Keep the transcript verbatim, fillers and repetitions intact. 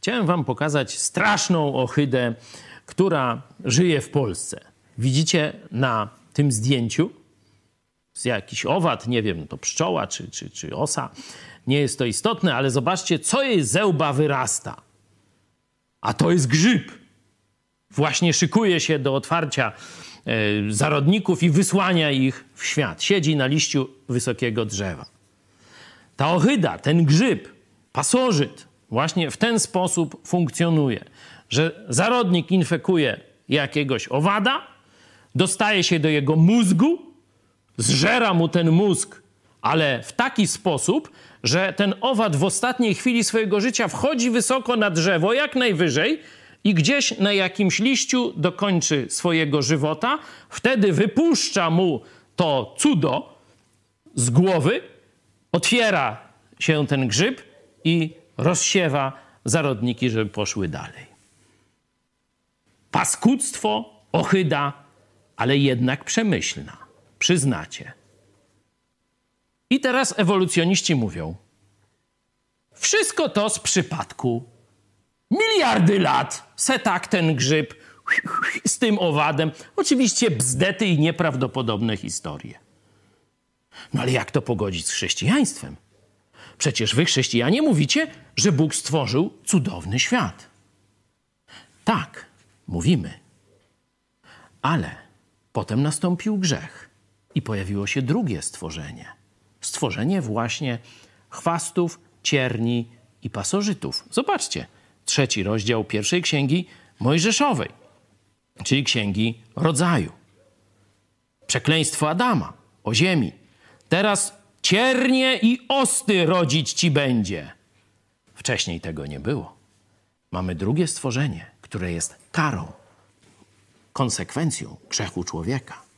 Chciałem wam pokazać straszną ohydę, która żyje w Polsce. Widzicie na tym zdjęciu? Jest jakiś owad, nie wiem, to pszczoła czy, czy, czy osa. Nie jest to istotne, ale zobaczcie, co jej ze łba wyrasta. A to jest grzyb. Właśnie szykuje się do otwarcia e, zarodników i wysłania ich w świat. Siedzi na liściu wysokiego drzewa. Ta ohyda, ten grzyb, pasożyt, właśnie w ten sposób funkcjonuje, że zarodnik infekuje jakiegoś owada, dostaje się do jego mózgu, zżera mu ten mózg, ale w taki sposób, że ten owad w ostatniej chwili swojego życia wchodzi wysoko na drzewo, jak najwyżej, i gdzieś na jakimś liściu dokończy swojego żywota. Wtedy wypuszcza mu to cudo z głowy, otwiera się ten grzyb i rozsiewa zarodniki, żeby poszły dalej. Paskudztwo, ohyda, ale jednak przemyślna. Przyznacie. I teraz ewolucjoniści mówią, wszystko to z przypadku. Miliardy lat se tak ten grzyb z tym owadem. Oczywiście bzdety i nieprawdopodobne historie. No ale jak to pogodzić z chrześcijaństwem? Przecież wy, chrześcijanie, mówicie, że Bóg stworzył cudowny świat. Tak, mówimy. Ale potem nastąpił grzech i pojawiło się drugie stworzenie. Stworzenie właśnie chwastów, cierni i pasożytów. Zobaczcie, trzeci rozdział pierwszej księgi Mojżeszowej, czyli księgi rodzaju. Przekleństwo Adama o ziemi. Teraz ciernie i osty rodzić ci będzie. Wcześniej tego nie było. Mamy drugie stworzenie, które jest karą, konsekwencją grzechu człowieka.